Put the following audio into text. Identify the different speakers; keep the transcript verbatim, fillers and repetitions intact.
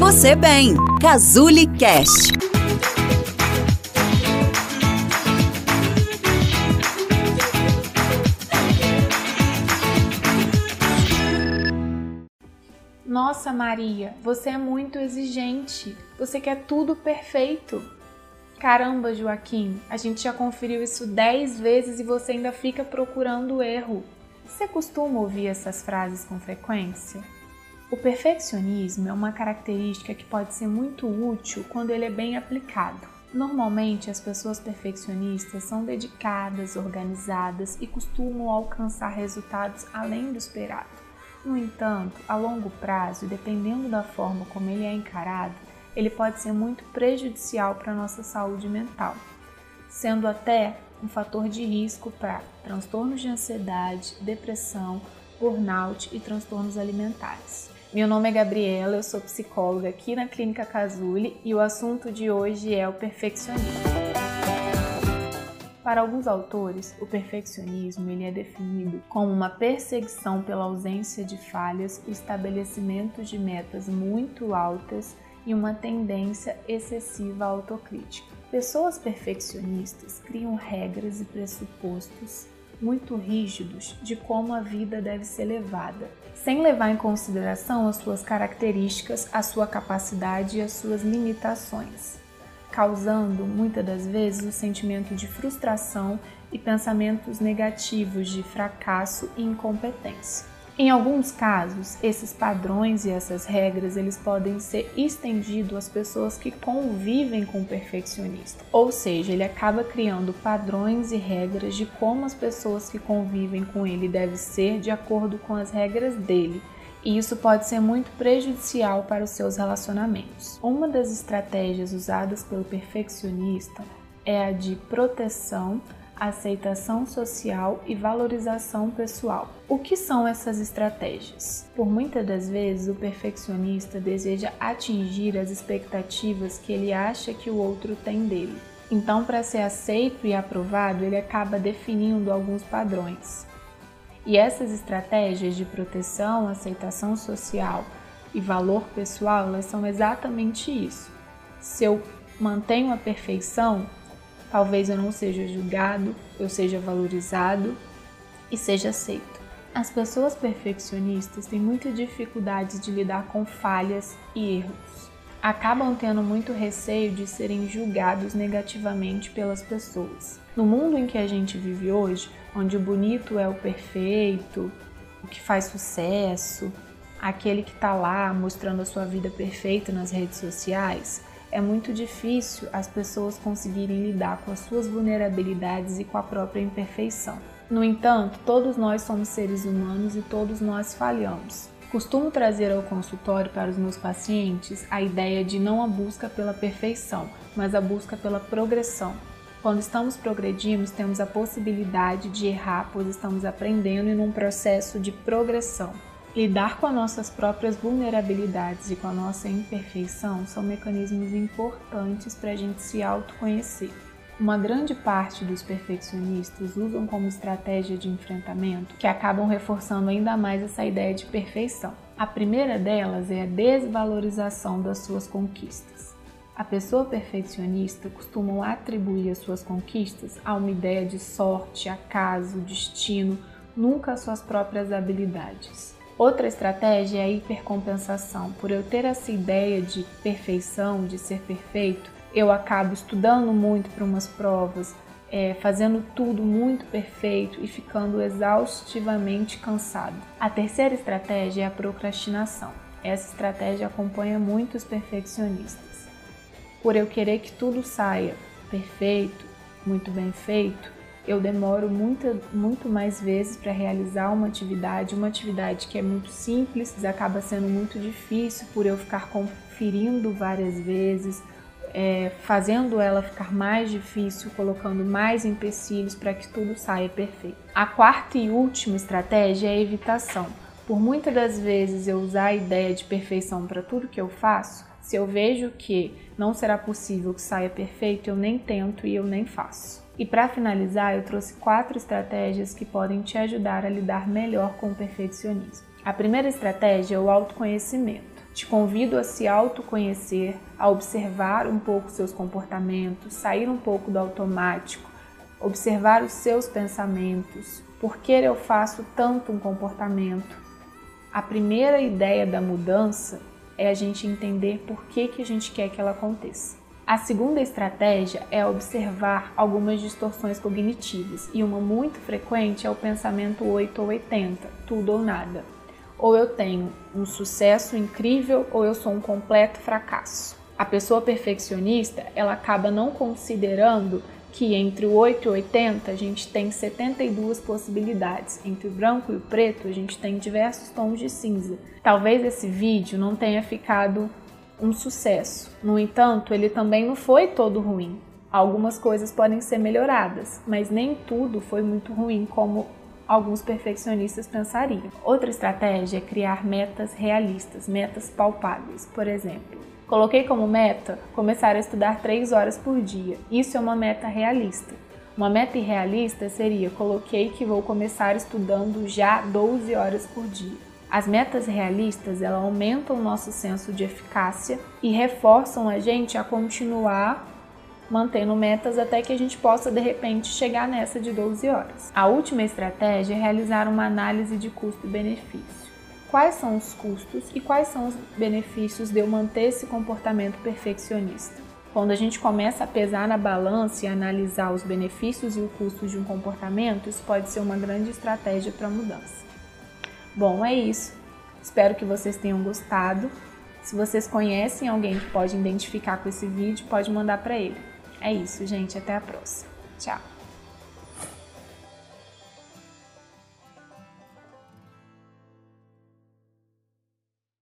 Speaker 1: você bem. Cazuli Cast.
Speaker 2: Nossa, Maria, você é muito exigente. Você quer tudo perfeito. Caramba, Joaquim, a gente já conferiu isso dez vezes e você ainda fica procurando o erro. Você costuma ouvir essas frases com frequência? O perfeccionismo é uma característica que pode ser muito útil quando ele é bem aplicado. Normalmente, as pessoas perfeccionistas são dedicadas, organizadas e costumam alcançar resultados além do esperado. No entanto, a longo prazo, dependendo da forma como ele é encarado, ele pode ser muito prejudicial para a nossa saúde mental, sendo até um fator de risco para transtornos de ansiedade, depressão, burnout e transtornos alimentares. Meu nome é Gabriela, eu sou psicóloga aqui na Clínica Cazuli e o assunto de hoje é o perfeccionismo. Para alguns autores, o perfeccionismo ele é definido como uma perseguição pela ausência de falhas, o estabelecimento de metas muito altas e uma tendência excessiva à autocrítica. Pessoas perfeccionistas criam regras e pressupostos muito rígidos de como a vida deve ser levada, sem levar em consideração as suas características, a sua capacidade e as suas limitações, causando muitas das vezes o sentimento de frustração e pensamentos negativos de fracasso e incompetência. Em alguns casos, esses padrões e essas regras eles podem ser estendidos às pessoas que convivem com o perfeccionista, ou seja, ele acaba criando padrões e regras de como as pessoas que convivem com ele devem ser de acordo com as regras dele, e isso pode ser muito prejudicial para os seus relacionamentos. Uma das estratégias usadas pelo perfeccionista é a de proteção, aceitação social e valorização pessoal. O que são essas estratégias? Por muitas das vezes, o perfeccionista deseja atingir as expectativas que ele acha que o outro tem dele. Então, para ser aceito e aprovado, ele acaba definindo alguns padrões. E essas estratégias de proteção, aceitação social e valor pessoal, elas são exatamente isso. Se eu mantenho a perfeição, talvez eu não seja julgado, eu seja valorizado e seja aceito. As pessoas perfeccionistas têm muita dificuldade de lidar com falhas e erros. Acabam tendo muito receio de serem julgados negativamente pelas pessoas. No mundo em que a gente vive hoje, onde o bonito é o perfeito, o que faz sucesso, aquele que está lá mostrando a sua vida perfeita nas redes sociais, é muito difícil as pessoas conseguirem lidar com as suas vulnerabilidades e com a própria imperfeição. No entanto, todos nós somos seres humanos e todos nós falhamos. Costumo trazer ao consultório para os meus pacientes a ideia de não a busca pela perfeição, mas a busca pela progressão. Quando estamos progredindo, temos a possibilidade de errar, pois estamos aprendendo em um processo de progressão. Lidar com as nossas próprias vulnerabilidades e com a nossa imperfeição são mecanismos importantes para a gente se autoconhecer. Uma grande parte dos perfeccionistas usam como estratégia de enfrentamento que acabam reforçando ainda mais essa ideia de perfeição. A primeira delas é a desvalorização das suas conquistas. A pessoa perfeccionista costuma atribuir as suas conquistas a uma ideia de sorte, acaso, destino, nunca às suas próprias habilidades. Outra estratégia é a hipercompensação. Por eu ter essa ideia de perfeição, de ser perfeito, eu acabo estudando muito para umas provas, é, fazendo tudo muito perfeito e ficando exaustivamente cansado. A terceira estratégia é a procrastinação. Essa estratégia acompanha muito os perfeccionistas. Por eu querer que tudo saia perfeito, muito bem feito, eu demoro muito, muito mais vezes para realizar uma atividade, uma atividade que é muito simples, acaba sendo muito difícil por eu ficar conferindo várias vezes, é, fazendo ela ficar mais difícil, colocando mais empecilhos para que tudo saia perfeito. A quarta e última estratégia é a evitação. Por muitas das vezes eu usar a ideia de perfeição para tudo que eu faço, se eu vejo que não será possível que saia perfeito, eu nem tento e eu nem faço. E para finalizar, eu trouxe quatro estratégias que podem te ajudar a lidar melhor com o perfeccionismo. A primeira estratégia é o autoconhecimento. Te convido a se autoconhecer, a observar um pouco seus comportamentos, sair um pouco do automático, observar os seus pensamentos. Por que eu faço tanto um comportamento? A primeira ideia da mudança é a gente entender por que, que a gente quer que ela aconteça. A segunda estratégia é observar algumas distorções cognitivas, e uma muito frequente é o pensamento oito ou oitenta, tudo ou nada. Ou eu tenho um sucesso incrível ou eu sou um completo fracasso. A pessoa perfeccionista, ela acaba não considerando que entre o oito e o oitenta a gente tem setenta e duas possibilidades. Entre o branco e o preto a gente tem diversos tons de cinza. Talvez esse vídeo não tenha ficado um sucesso. No entanto, ele também não foi todo ruim. Algumas coisas podem ser melhoradas, mas nem tudo foi muito ruim como alguns perfeccionistas pensariam. Outra estratégia é criar metas realistas, metas palpáveis. Por exemplo, coloquei como meta começar a estudar três horas por dia. Isso é uma meta realista. Uma meta irrealista seria: coloquei que vou começar estudando já doze horas por dia. As metas realistas, elas aumentam o nosso senso de eficácia e reforçam a gente a continuar mantendo metas até que a gente possa, de repente, chegar nessa de doze horas. A última estratégia é realizar uma análise de custo-benefício. Quais são os custos e quais são os benefícios de eu manter esse comportamento perfeccionista? Quando a gente começa a pesar na balança e analisar os benefícios e o custo de um comportamento, isso pode ser uma grande estratégia para a mudança. Bom, é isso. Espero que vocês tenham gostado. Se vocês conhecem alguém que pode identificar com esse vídeo, pode mandar para ele. É isso, gente. Até a próxima. Tchau!